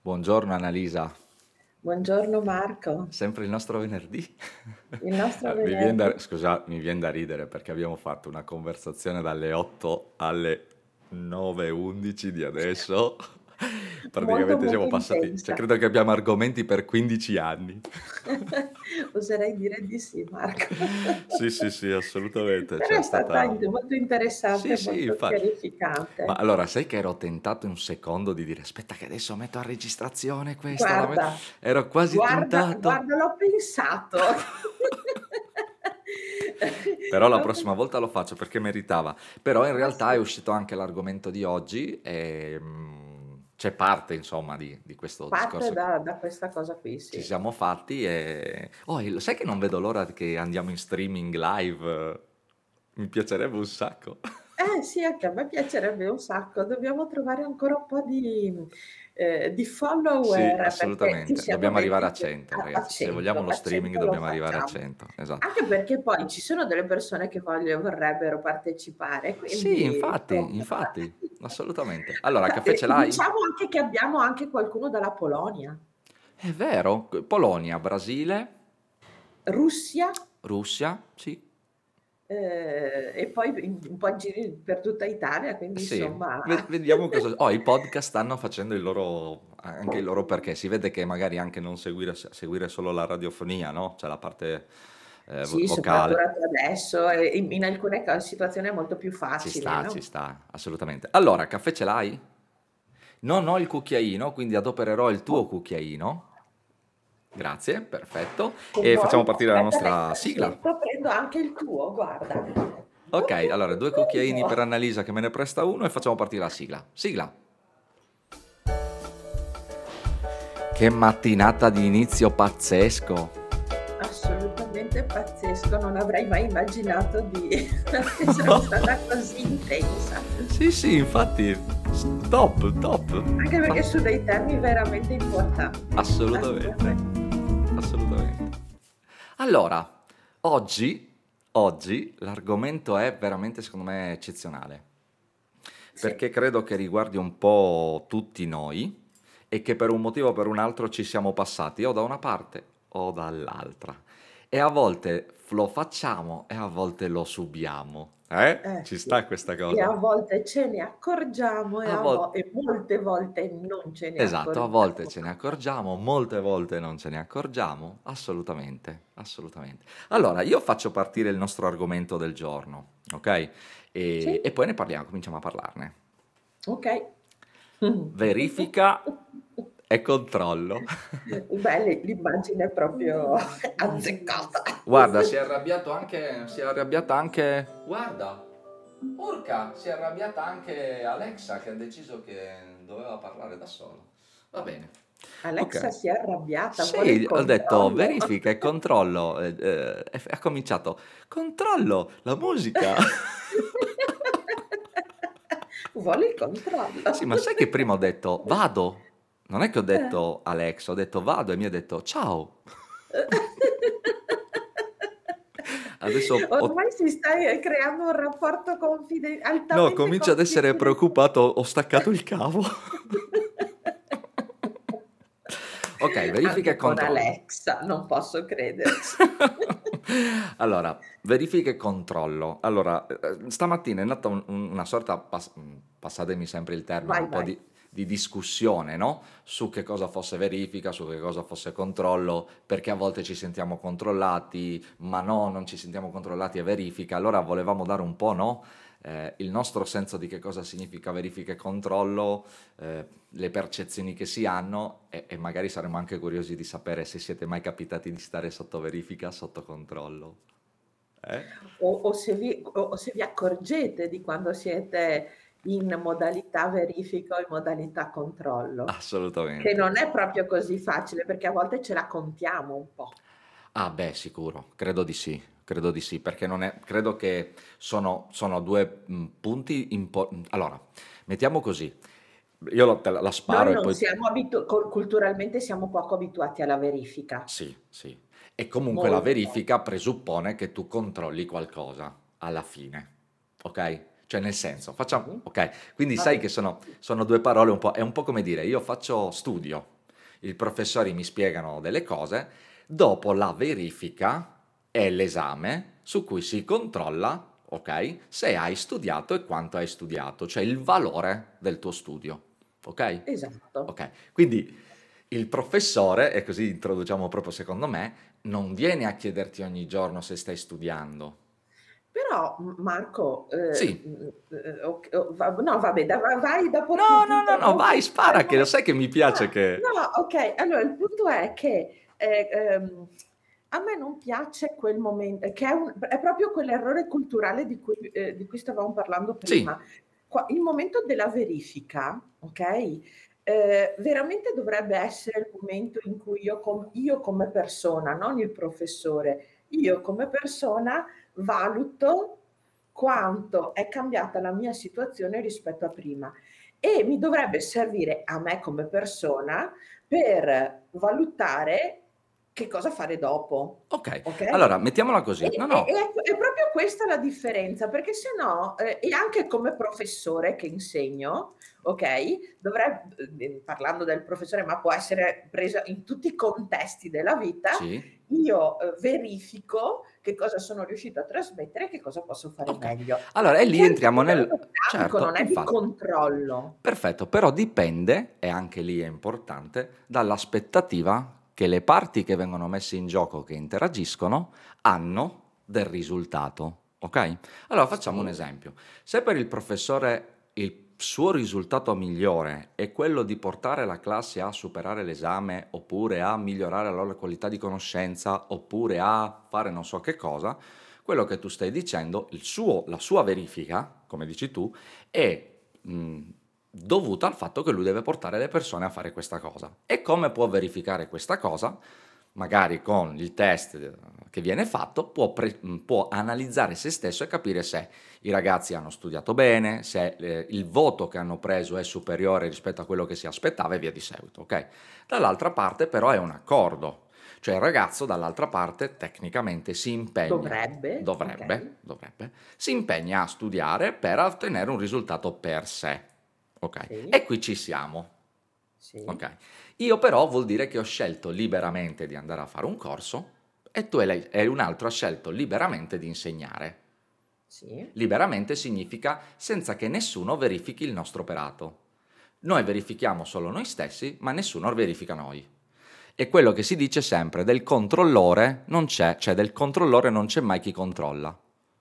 Buongiorno Annalisa, Buongiorno Marco, sempre il nostro venerdì. il nostro Mi venerdì. scusa, mi viene da ridere perché abbiamo fatto una conversazione dalle 8 alle 9:11 di adesso. Molto Praticamente siamo molto passati, cioè intensa. credo che abbiamo argomenti per 15 anni. Oserei dire di sì, Marco. Sì, sì, sì, assolutamente. Però Cioè, è è stata stata... molto interessante Sì, e sì, molto infatti. Ma chiarificante. allora, sai che ero tentato un secondo di dire, aspetta che adesso metto a registrazione questa, Guarda, ero quasi tentato. guarda, l'ho pensato. Però la L'ho prossima pensato. volta lo faccio perché meritava. Però in Ma realtà è sì, uscito anche l'argomento di oggi e c'è parte, insomma, di questo parte discorso che da questa cosa qui, ci sì. siamo fatti e... Oh, e lo sai che non vedo l'ora che andiamo in streaming live? Mi piacerebbe un sacco. Eh sì, anche a me piacerebbe un sacco. Dobbiamo trovare ancora un po' di Sì, follower perché ci assolutamente. siamo Dobbiamo arrivare a detti 100, a ragazzi. Se vogliamo 100, lo a streaming 100 lo dobbiamo arrivare a facciamo. 100. Esatto. Anche perché poi ci sono delle persone che vorrebbero partecipare, Sì, quindi infatti, insomma. infatti, assolutamente. Allora, caffè ce l'hai? Diciamo anche che abbiamo anche qualcuno dalla Polonia, È vero. Polonia, Brasile, Russia, Russia, sì. e poi un po' in giri per tutta Italia, quindi Sì, insomma. vediamo cosa... Oh, i podcast stanno facendo il loro... anche il loro perché. Si vede che magari anche non seguire solo la radiofonia, no? C'è la parte Sì, vocale. soprattutto adesso, in alcune situazioni è molto più facile, Ci no? sta, assolutamente. Allora, caffè ce l'hai? Non ho il cucchiaino, quindi adopererò il tuo cucchiaino. Grazie, perfetto. Se E vuoi, facciamo partire la aspetta che nostra sigla. prendo anche il tuo, guarda. Ok, allora due cucchiaini per Buongiorno. Annalisa che me ne presta uno e facciamo partire la sigla. Sigla. Che mattinata di inizio pazzesco. Assolutamente pazzesco, non avrei mai immaginato di essere stata così intensa, Sì, sì, infatti, top, top. anche perché su dei temi veramente importanti, Assolutamente, assolutamente. assolutamente. Allora, oggi l'argomento è veramente, secondo me, eccezionale, Sì, perché credo che riguardi un po' tutti noi e che per un motivo o per un altro ci siamo passati o da una parte o dall'altra. E a volte lo facciamo e a volte lo subiamo. Ci sì. sta questa E a cosa? volte ce ne accorgiamo A volte... e molte volte non ce ne Esatto, a volte accorgiamo. ce ne accorgiamo, molte volte non ce ne accorgiamo, assolutamente, assolutamente. Allora, io faccio partire il nostro argomento del giorno, ok? Sì, E poi ne parliamo, cominciamo a parlarne. okay. Verifica e controllo. Beh, l'immagine è proprio azzeccata. Guarda, si è arrabbiata anche, guarda, urca, si è arrabbiata anche Alexa che ha deciso che doveva parlare da solo. Va bene. Alexa Ok. si è arrabbiata, vuole il Sì, ho detto controllo. verifica e controllo. E ha cominciato, controllo la musica. Vuole il Sì, controllo. ma sai che prima ho detto vado? Non è che ho Eh. detto Alexa, ho detto vado e mi ha detto ciao. Adesso ho... Ormai si sta creando un rapporto No, altamente comincio ad essere confidenziale. preoccupato, ho staccato il cavo. Ok, verifica e Anche con controllo. Alexa, non posso crederci. Allora, verifica e controllo. Allora, stamattina è nata una sorta, passatemi sempre il termine, Vai, un po' vai. di discussione, no? Su che cosa fosse verifica, su che cosa fosse controllo, perché a volte ci sentiamo controllati, ma no, non ci sentiamo controllati e verifica. Allora volevamo dare un po', no? Il nostro senso di che cosa significa verifica e controllo, le percezioni che si hanno e magari saremo anche curiosi di sapere se siete mai capitati di stare sotto verifica, sotto controllo. Eh? O se vi accorgete di quando siete in modalità verifica o in modalità controllo, che Assolutamente. non è proprio così facile perché a volte ce la contiamo un po'. Ah beh, sicuro, credo di sì, perché non è, credo che sono due punti importanti. Allora, mettiamo così, io la Noi sparo e non poi... siamo culturalmente siamo poco abituati alla verifica, Sì, sì. E comunque la molto verifica presuppone che tu controlli qualcosa alla fine, ok? Cioè nel senso, facciamo, Sì. ok? Quindi Va sai che bene. sono due parole un po', è un po' come dire, io faccio studio, i professori mi spiegano delle cose, dopo la verifica è l'esame su cui si controlla, ok? Se hai studiato e quanto hai studiato, cioè il valore del tuo studio, ok? Esatto. Ok, quindi il professore, e così introduciamo proprio secondo me, non viene a chiederti ogni giorno se stai studiando. Però Marco, Sì. no vabbè, vai, dopo No, ti no, no, no, interrompo. vai, spara, che lo sai che mi piace che... No, ok, allora il punto è che a me non piace quel momento, che è proprio quell'errore culturale di cui stavamo parlando prima. Sì, Il momento della verifica, ok? Veramente dovrebbe essere il momento in cui io come persona, non il professore, io come persona valuto quanto è cambiata la mia situazione rispetto a prima e mi dovrebbe servire a me come persona per valutare che cosa fare dopo, ok. Allora, okay? mettiamola così. No, no, È proprio questa la differenza, perché se no e anche come professore che insegno, okay, parlando del professore, ma può essere presa in tutti i contesti della vita, sì, io verifico che cosa sono riuscito a trasmettere e che cosa posso fare ok. meglio. Allora, e lì Che è entriamo un nel... lavoro pratico, Certo, non è di infatti. controllo. Perfetto, però dipende, e anche lì è importante, dall'aspettativa che le parti che vengono messe in gioco, che interagiscono, hanno del risultato. Ok? Allora facciamo un Sì, esempio. Se per il professore il suo risultato migliore è quello di portare la classe a superare l'esame, oppure a migliorare la loro qualità di conoscenza, oppure a fare non so che cosa, quello che tu stai dicendo, la sua verifica, come dici tu, è dovuta al fatto che lui deve portare le persone a fare questa cosa. E come può verificare questa cosa? Magari con il test che viene fatto, può analizzare se stesso e capire se i ragazzi hanno studiato bene, se il voto che hanno preso è superiore rispetto a quello che si aspettava e via di seguito. Ok? Dall'altra parte però è un accordo, cioè il ragazzo dall'altra parte tecnicamente si impegna, dovrebbe, okay. dovrebbe, si impegna a studiare per ottenere un risultato per sé. Ok? Sì, E qui ci siamo. sì, Ok? Io però vuol dire che ho scelto liberamente di andare a fare un corso e un altro ha scelto liberamente di insegnare. sì. Liberamente significa senza che nessuno verifichi il nostro operato. Noi verifichiamo solo noi stessi, ma nessuno verifica noi. E quello che si dice sempre del controllore non c'è, cioè del controllore non c'è mai chi controlla.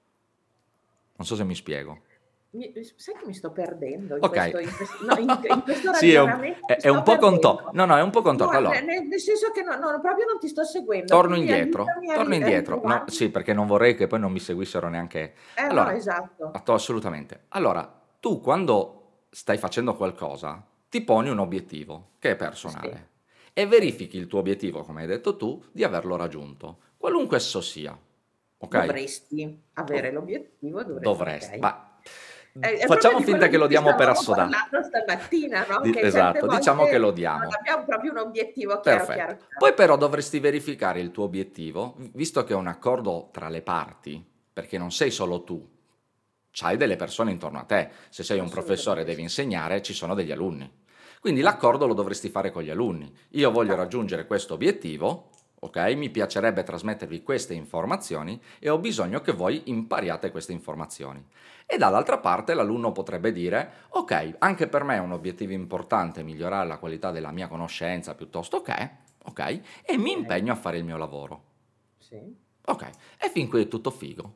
Non so se mi spiego. Sai che mi sto perdendo in Ok. questo no, in questo Sì, ragionamento mi è un sto po' contorto. perdendo. No, no, è un po' No, contorto. Allora, nel senso che proprio non ti sto seguendo, quindi aiutami torno a indietro. No, ritrovarmi. sì, perché non vorrei che poi non mi seguissero neanche. No, Allora, esatto. assolutamente. Allora, tu quando stai facendo qualcosa, ti poni un obiettivo che è Sì, personale e sì. verifichi il tuo obiettivo, come hai detto tu, di averlo raggiunto, qualunque esso sia. Ok? Dovresti avere Dov- l'obiettivo, dovresti, okay. ma È proprio facciamo di quello finta che di lo cui diamo per stavamo assodato. parlando stamattina, no, che certe Esatto, diciamo che lo volte non diamo. abbiamo proprio un obiettivo chiaro, Perfetto. chiaro, Poi chiaro. però dovresti verificare il tuo obiettivo, visto che è un accordo tra le parti, perché non sei solo tu, c'hai delle persone intorno a te. Se sei un professore e Assolutamente devi sì. insegnare, ci sono degli alunni. Quindi Certo, l'accordo lo dovresti fare con gli alunni. Io voglio certo. raggiungere questo obiettivo, ok? Mi piacerebbe trasmettervi queste informazioni e ho bisogno che voi impariate queste informazioni. E dall'altra parte l'alunno potrebbe dire, ok, anche per me è un obiettivo importante migliorare la qualità della mia conoscenza piuttosto che, ok? E mi Okay, impegno a fare il mio lavoro. sì. Ok, e fin qui è tutto figo.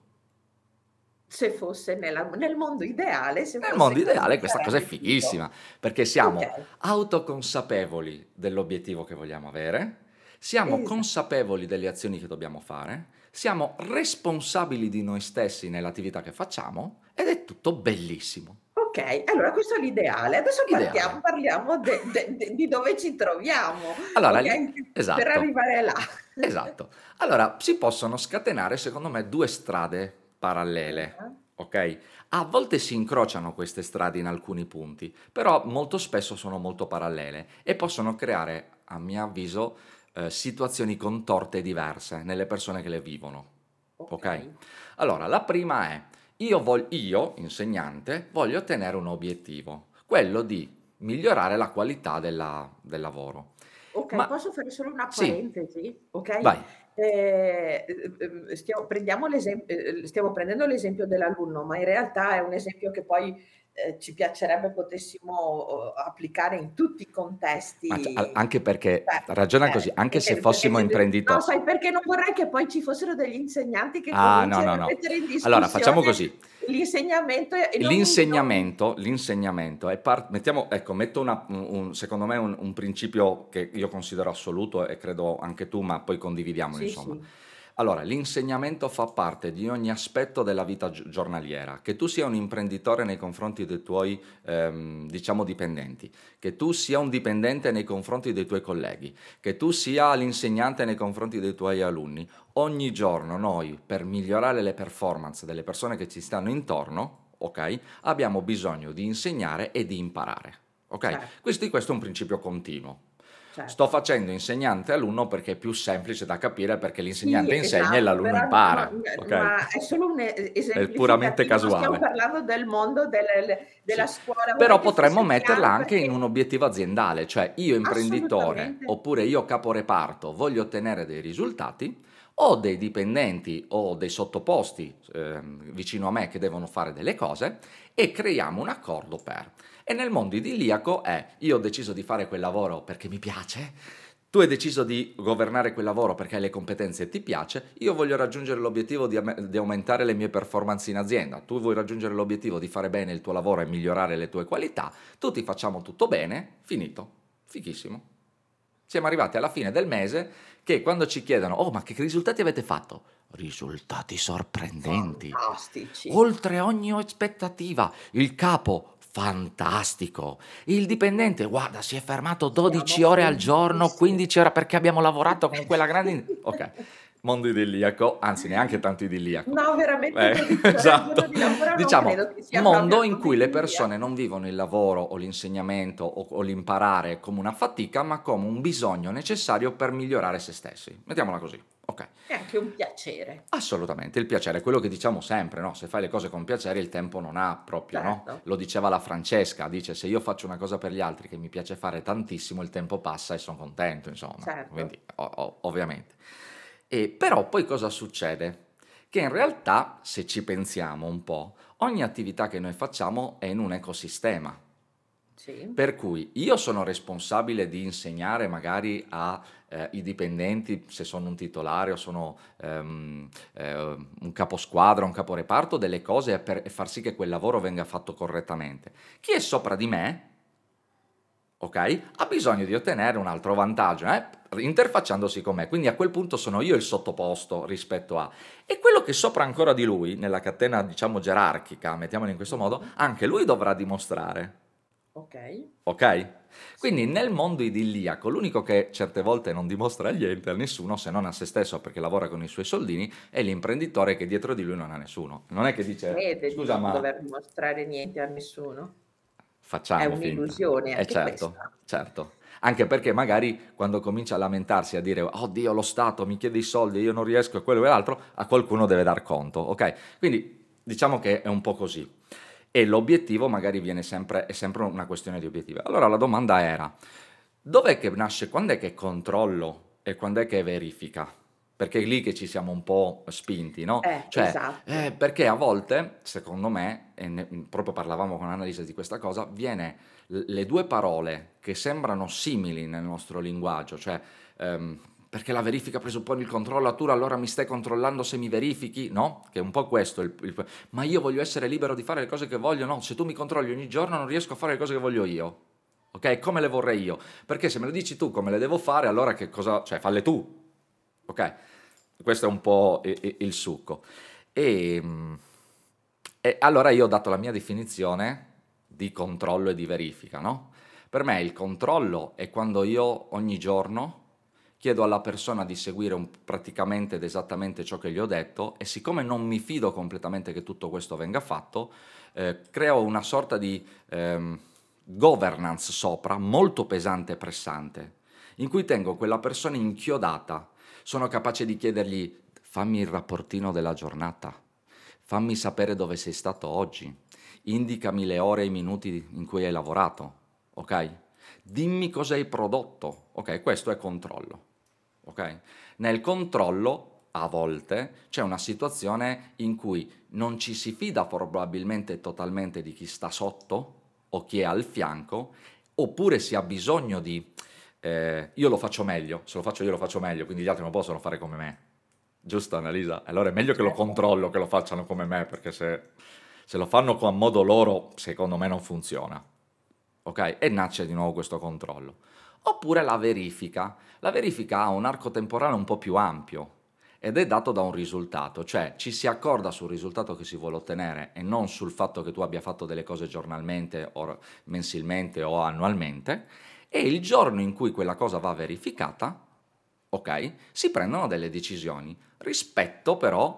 Se fosse nel mondo ideale, se Nel mondo fosse così ideale questa cosa è sarebbe figo. fighissima, perché siamo Okay, autoconsapevoli dell'obiettivo che vogliamo avere, siamo esa consapevoli delle azioni che dobbiamo fare, siamo responsabili di noi stessi nell'attività che facciamo ed è tutto bellissimo. okay, allora questo è l'ideale. Adesso Ideale. parliamo di dove ci troviamo, Allora, okay, per esatto, arrivare là. esatto. Allora, si possono scatenare, secondo me, due strade parallele, Ah-ah, ok? A volte si incrociano queste strade in alcuni punti, però molto spesso sono molto parallele e possono creare, a mio avviso, situazioni contorte diverse nelle persone che le vivono, ok? okay, Allora, la prima è, Io, insegnante, voglio ottenere un obiettivo, quello di migliorare la qualità del lavoro. Okay, Ma posso fare solo una sì, parentesi, okay? vai. Stiamo prendendo l'esempio dell'alunno, ma in realtà è un esempio che poi, ci piacerebbe potessimo, applicare in tutti i Ma contesti. anche perché, ragiona così, anche se Perché fossimo no, imprendito sai perché non vorrei che poi ci fossero degli insegnanti che ah, no, no, cominciano a no. mettere in Allora, facciamo discussione così. l'insegnamento e non L'insegnamento è mettiamo, ecco, metto secondo me un principio che io considero assoluto e credo anche tu, ma poi condividiamolo, sì, insomma. sì. Allora, l'insegnamento fa parte di ogni aspetto della vita giornaliera, che tu sia un imprenditore nei confronti dei tuoi, diciamo, dipendenti, che tu sia un dipendente nei confronti dei tuoi colleghi, che tu sia l'insegnante nei confronti dei tuoi alunni. Ogni giorno noi, per migliorare le performance delle persone che ci stanno intorno, ok, abbiamo bisogno di insegnare e di imparare. Ok? Certo, Questo è un principio continuo. Sto certo. facendo insegnante-alunno perché è più semplice da capire perché Sì, l'insegnante insegna e esatto, l'alunno però no, impara, ok? ma è solo un È puramente esemplificativo, non stiamo casuale. parlando del mondo della Sì, scuola. Vorrei però che potremmo fosse metterla chiaro anche in perché un obiettivo aziendale, cioè io imprenditore assolutamente, oppure io caporeparto voglio ottenere dei risultati, ho dei dipendenti o dei sottoposti vicino a me che devono fare delle cose e creiamo un accordo per. E nel mondo idilliaco è io ho deciso di fare quel lavoro perché mi piace, tu hai deciso di governare quel lavoro perché hai le competenze e ti piace, io voglio raggiungere l'obiettivo di aumentare le mie performance in azienda, tu vuoi raggiungere l'obiettivo di fare bene il tuo lavoro e migliorare le tue qualità, tutti facciamo tutto bene, finito, fichissimo. Siamo arrivati alla fine del mese che quando ci chiedono, oh ma che risultati avete fatto? Risultati sorprendenti, fantastici. oltre ogni aspettativa. Il capo, fantastico. Il dipendente, guarda, si è fermato Siamo 12 ore al giorno, felicissimi. 15 ore perché abbiamo lavorato con quella grande. Ok, mondo idilliaco, anzi neanche tanto idilliaco. No, veramente 12 ore al giorno Esatto. di lavoro non Diciamo, credo che sia proprio mondo il in mondo cui le persone idilliaco. non vivono il lavoro o l'insegnamento o l'imparare come una fatica, ma come un bisogno necessario per migliorare se stessi. Mettiamola così. Ok. È anche un piacere, Assolutamente, il piacere è quello che diciamo sempre, no? Se fai le cose con piacere il tempo non ha proprio, no? certo, Lo diceva la Francesca, dice se io faccio una cosa per gli altri che mi piace fare tantissimo, il tempo passa e sono contento, insomma, quindi certo. ovviamente. E però poi cosa succede? Che in realtà, se ci pensiamo un po', ogni attività che noi facciamo è in un ecosistema. Sì. Per cui io sono responsabile di insegnare magari ai dipendenti, se sono un titolare o sono un caposquadra, un caporeparto, delle cose e far sì che quel lavoro venga fatto correttamente. Chi è sopra di me, ok, ha bisogno di ottenere un altro vantaggio, interfacciandosi con me. Quindi a quel punto sono io il sottoposto rispetto a. E quello che sopra ancora di lui, nella catena diciamo gerarchica, mettiamolo in questo modo, Mh-mh. anche lui dovrà dimostrare. Okay. Ok? Quindi Sì. nel mondo idilliaco l'unico che certe volte non dimostra niente a nessuno se non a se stesso perché lavora con i suoi soldini è l'imprenditore che dietro di lui non ha nessuno. Non è che dice Crede di scusa non ma dover dimostrare niente a nessuno. È facciamo finta. un'illusione Eh anche certo, questa. certo. Anche perché magari quando comincia a lamentarsi a dire oddio lo Stato mi chiede i soldi e io non riesco e quello e l'altro, a qualcuno deve dar conto, ok? Quindi diciamo che è un po' così. E l'obiettivo magari è sempre una questione di obiettivo. Allora la domanda era, dov'è che nasce, quando è che è controllo e quando è che è verifica? Perché è lì che ci siamo un po' spinti, no? Cioè, Esatto. perché a volte, secondo me, proprio parlavamo con Annalisa di questa cosa, le due parole che sembrano simili nel nostro linguaggio, cioè perché la verifica presuppone il controllo, tu allora mi stai controllando se mi verifichi, no? Che è un po' questo, ma io voglio essere libero di fare le cose che voglio, no? Se tu mi controlli ogni giorno non riesco a fare le cose che voglio io, ok? Come le vorrei io? Perché se me lo dici tu come le devo fare, allora che cosa, cioè falle tu, ok? Questo è un po' il succo. E, e allora io ho dato la mia definizione di controllo e di verifica, no? Per me il controllo è quando io ogni giorno chiedo alla persona di seguire praticamente ed esattamente ciò che gli ho detto e siccome non mi fido completamente che tutto questo venga fatto, creo una sorta di governance sopra molto pesante e pressante, in cui tengo quella persona inchiodata. Sono capace di chiedergli fammi il rapportino della giornata, fammi sapere dove sei stato oggi, indicami le ore e i minuti in cui hai lavorato, ok? Dimmi cosa hai prodotto, ok? Questo è controllo, ok? Nel controllo a volte c'è una situazione in cui non ci si fida probabilmente totalmente di chi sta sotto o chi è al fianco, oppure si ha bisogno di io lo faccio meglio, se lo faccio io lo faccio meglio, quindi gli altri non possono fare come me. Giusto, Annalisa? Allora è meglio che lo Certo. controllo, che lo facciano come me, perché se lo fanno a modo loro, secondo me non funziona. Ok? E nasce di nuovo questo controllo. Oppure la verifica. La verifica ha un arco temporale un po' più ampio ed è dato da un risultato, cioè ci si accorda sul risultato che si vuole ottenere e non sul fatto che tu abbia fatto delle cose giornalmente o mensilmente o annualmente, e il giorno in cui quella cosa va verificata, ok, si prendono delle decisioni rispetto però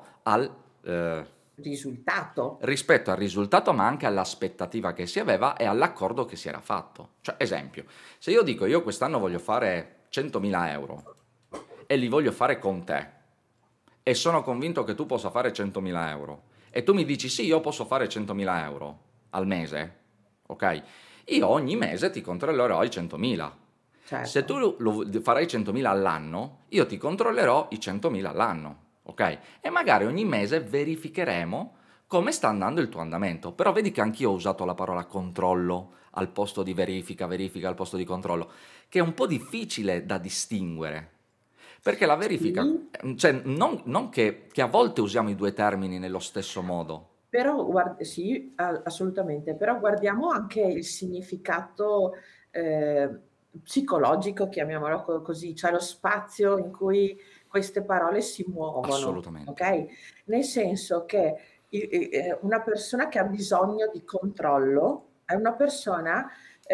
eh, Risultato. rispetto al risultato, ma anche all'aspettativa che si aveva e all'accordo che si era fatto. Cioè, esempio, se io dico io quest'anno voglio fare 100.000 euro e li voglio fare con te e sono convinto che tu possa fare 100.000 euro e tu mi dici sì, io posso fare 100.000 euro al mese, ok? Io ogni mese ti controllerò i 100.000. Se Certo. tu farai 100.000 all'anno, io ti controllerò i 100.000 all'anno, ok? E magari ogni mese verificheremo come sta andando il tuo andamento. Però vedi che anch'io ho usato la parola controllo al posto di verifica, verifica al posto di controllo, che è un po' difficile da distinguere. Perché la verifica, Sì, cioè non che a volte usiamo i due termini nello stesso modo. però sì, assolutamente, però guardiamo anche il significato eh, psicologico, chiamiamolo così, cioè lo spazio in cui queste parole si muovono, Assolutamente. ok? Nel senso che una persona che ha bisogno di controllo è una persona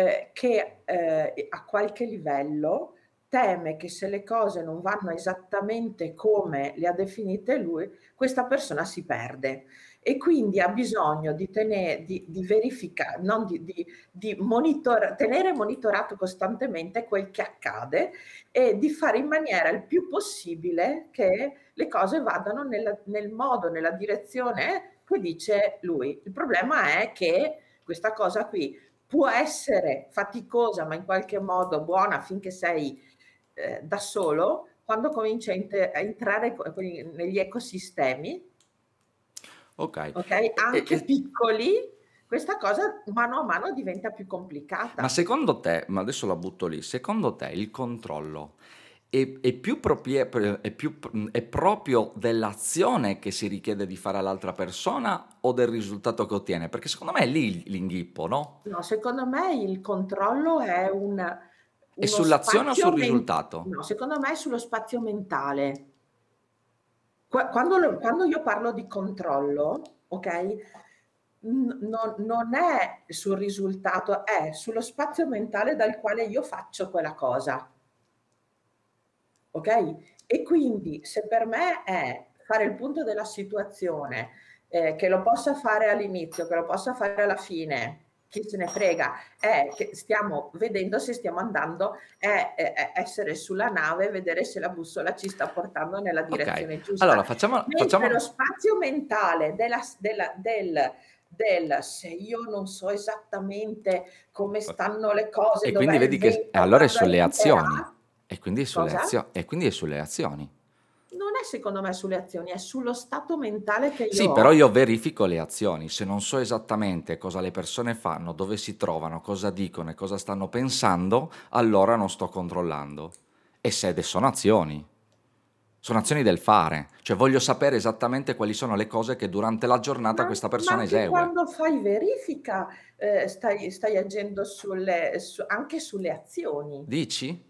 che a qualche livello teme che se le cose non vanno esattamente come le ha definite lui, questa persona si perde e quindi ha bisogno di verificare, non tenere monitorato costantemente quel che accade e di fare in maniera il più possibile che le cose vadano nel modo, nella direzione che dice lui. Il problema è che questa cosa qui può essere faticosa, ma in qualche modo buona finché sei da solo, quando cominci a entrare negli ecosistemi, Ok. ok? E- Anche e- piccoli, questa cosa mano a mano diventa più ma complicata. secondo te, ma adesso la butto lì, secondo te il controllo è più, è proprio dell'azione che si richiede di fare all'altra persona o del risultato che ottiene? Perché secondo me è lì l'inghippo, no? No, secondo me il controllo è È uno sull'azione o sul spazio risultato? no, secondo me è sullo spazio mentale. Quando io parlo di controllo, ok? Non è sul risultato, è sullo spazio mentale dal quale io faccio quella cosa. Ok? E quindi se per me è fare il punto della situazione, che lo possa fare all'inizio, che lo possa fare alla fine, chi se ne frega, è che stiamo vedendo se stiamo andando, è essere sulla nave e vedere se la bussola ci sta portando nella Ok, direzione allora giusta. Mentre lo facciamo... spazio mentale del se io non so esattamente come stanno le cose, E quindi dov'è il vedi che vento, allora è quando sulle azioni. arriverà, cosa? E quindi è sulle azioni. Non è secondo me sulle azioni, è sullo stato mentale che io Sì, però ho. io verifico le azioni. Se non so esattamente cosa le persone fanno, dove si trovano, cosa dicono e cosa stanno pensando, allora non sto controllando. E se sono azioni. Sono azioni del fare. Cioè voglio sapere esattamente quali sono le cose che durante la giornata questa Ma persona anche esegue. quando fai verifica, stai agendo anche sulle azioni. Dici?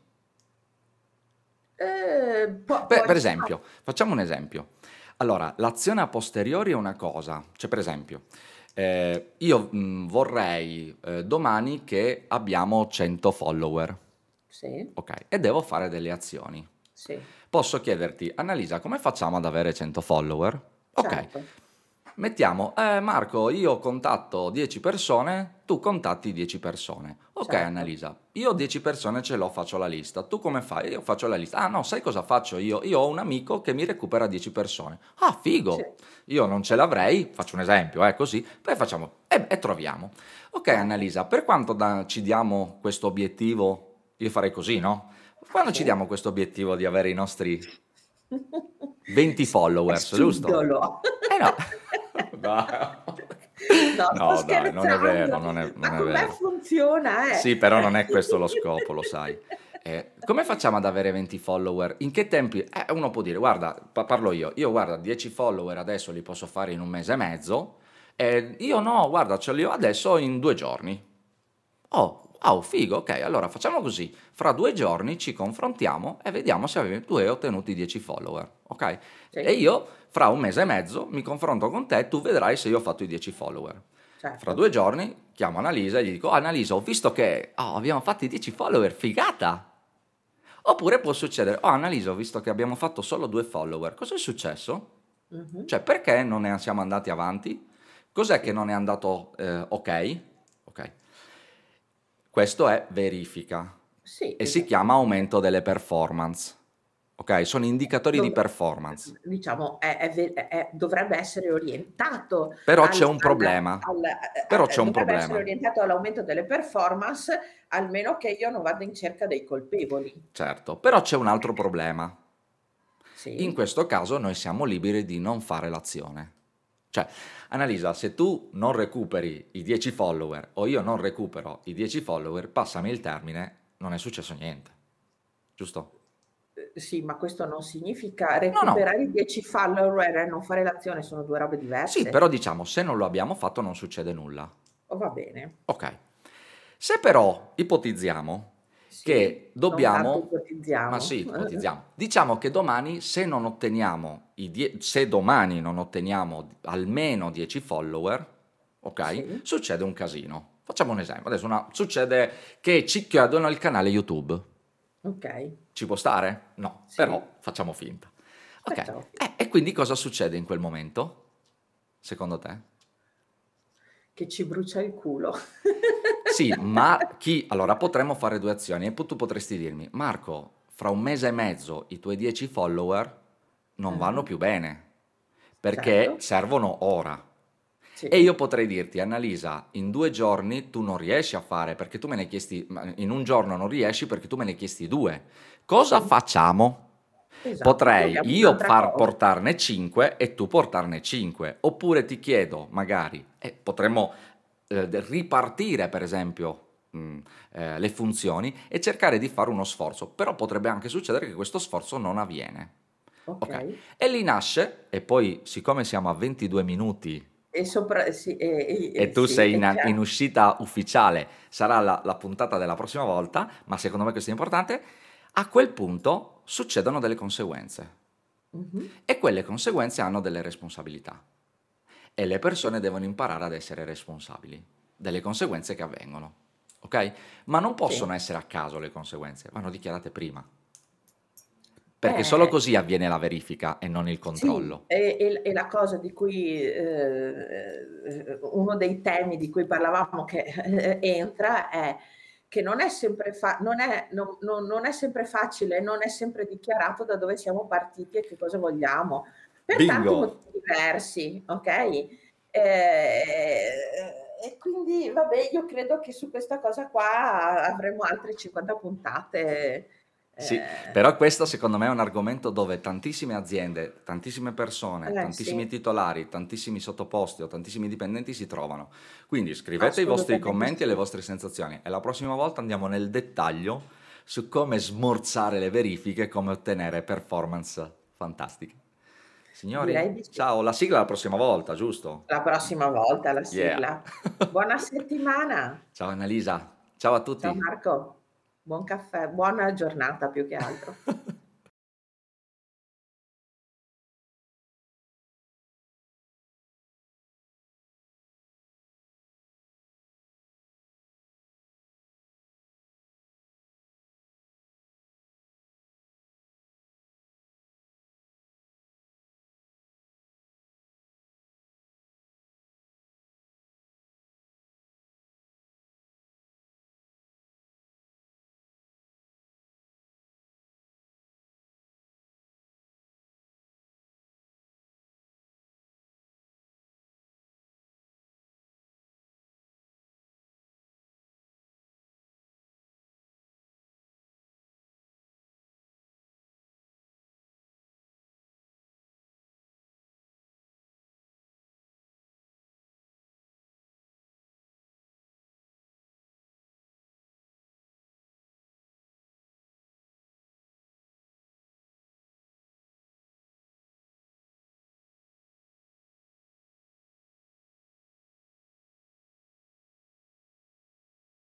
Può Per aiutare. esempio, facciamo un esempio. Allora, l'azione a posteriori è una cosa, cioè per esempio, io vorrei domani che abbiamo 100 follower, Sì, ok? E devo fare delle azioni. sì, Posso chiederti, Annalisa, come facciamo ad avere 100 follower? Ok, certo. Mettiamo, Marco, io contatto 10 persone, tu contatti 10 persone. Ok, Certo. Annalisa, io 10 persone ce l'ho, faccio la lista. Tu come fai? Io faccio la lista. Ah no, sai cosa faccio io? Io ho un amico che mi recupera 10 persone. Ah, Sì, figo! Io non ce l'avrei, faccio un esempio, così, poi facciamo e troviamo. Ok, certo. Annalisa, per quanto ci diamo questo obiettivo, io farei così, no? Quando ci Sì. diamo questo obiettivo di avere i nostri 20 Sì, è followers, giusto? subdolo. Eh no, dai. No, sto No, dai, non è vero, scherzando, non ma è con me vero. funziona, Sì, però non è questo lo scopo, lo sai. Come facciamo ad avere 20 follower? In che tempi? Uno può dire, guarda, parlo io guarda, 10 follower adesso li posso fare in un mese e mezzo, io no, guarda, ce li ho adesso in 2 giorni. Oh, wow, figo, ok, allora facciamo così. Fra 2 giorni ci confrontiamo e vediamo se tu hai ottenuto i 10 follower, ok? E Sì, io fra un mese e mezzo mi confronto con te e tu vedrai se io ho fatto i 10 follower. Fra certo. 2 giorni chiamo Annalisa e gli dico, oh, Annalisa, ho visto che abbiamo fatto i 10 follower, figata! Oppure può succedere, oh Annalisa, ho visto che abbiamo fatto solo 2 follower, cosa è successo? Mh-mh. Cioè, perché non ne siamo andati avanti? Cos'è che Sì. non è andato ok? Ok. Questo è verifica Sì, e si chiama esattamente. aumento delle performance. Ok? Sono indicatori di Dov performance. diciamo dovrebbe essere orientato Però al c'è un al problema. al Però c'è un dovrebbe essere problema. orientato all'aumento delle performance, almeno che io non vada in cerca dei colpevoli. Certo, però c'è un altro problema. In Sì, questo caso noi siamo liberi di non fare l'azione. Cioè, Annalisa, se tu non recuperi i 10 follower o io non recupero i 10 follower, passami il termine, non è successo niente. Giusto? sì, ma questo non significa No, no. recuperare i 10 follower e non fare l'azione, sono 2 robe Sì, però diverse. diciamo, se non lo abbiamo fatto non succede nulla. O va bene. Ok. Se però ipotizziamo Sì, che non tanto dobbiamo, ma sì, ipotizziamo. ipotizziamo, diciamo che domani se non otteniamo se domani non otteniamo almeno 10 follower, ok? Sì, Succede un casino. Facciamo un esempio. Adesso succede che ci chiedono il canale YouTube. okay, Ci può stare? No, sì, però facciamo finta. Ok. facciamo E quindi cosa succede in quel momento? Secondo te? che ci brucia il culo. Sì, ma allora potremmo fare 2 azioni e tu potresti dirmi: "Marco, fra un mese e mezzo i tuoi 10 follower non vanno Ah-ah, più bene, perché certo, servono ora". E sì, io potrei dirti: "Annalisa, in 2 giorni tu non riesci a fare perché tu me ne hai chiesti in un giorno non riesci perché tu me ne hai chiesti 2. Cosa sì, facciamo? esatto, Potrei proviamo io un'altra far cosa. portarne 5 e tu portarne 5, oppure ti chiedo magari potremmo, ripartire per esempio, le funzioni e cercare di fare uno sforzo, però potrebbe anche succedere che questo sforzo non avviene. Okay. Okay. E lì nasce e poi siccome siamo a 22 minuti E sopra sì, e tu sì, sei è in chiaro. uscita ufficiale, sarà la puntata della prossima volta, ma secondo me questo è importante, a quel punto succedono delle conseguenze Mh-mh. e quelle conseguenze hanno delle responsabilità e le Sì, persone devono imparare ad essere responsabili delle conseguenze che avvengono, ok? Ma non sì. possono essere a caso le conseguenze, vanno dichiarate prima, perché solo Eh, così avviene la verifica e non il sì, controllo. la cosa di cui uno dei temi di cui parlavamo che entra è che non è sempre non è sempre facile, non è sempre dichiarato da dove siamo partiti e che cosa vogliamo, per tanti Bingo! motivi diversi, okay? E quindi vabbè, io credo che su questa cosa qua avremo altre 50 puntate, Sì, ehm però questo secondo me è un argomento dove tantissime aziende, tantissime persone, tantissimi sì, titolari, tantissimi sottoposti o tantissimi dipendenti si trovano. Quindi scrivete i vostri assolutamente commenti e le sì. vostre sensazioni e la prossima volta andiamo nel dettaglio su come smorzare le verifiche e come ottenere performance fantastiche. Signori, Direi di sì. ciao, la sigla la prossima volta, giusto? La prossima volta la Yeah. sigla. Buona settimana. Ciao Annalisa, ciao a Ciao tutti. Marco. Buon caffè, buona giornata più che altro.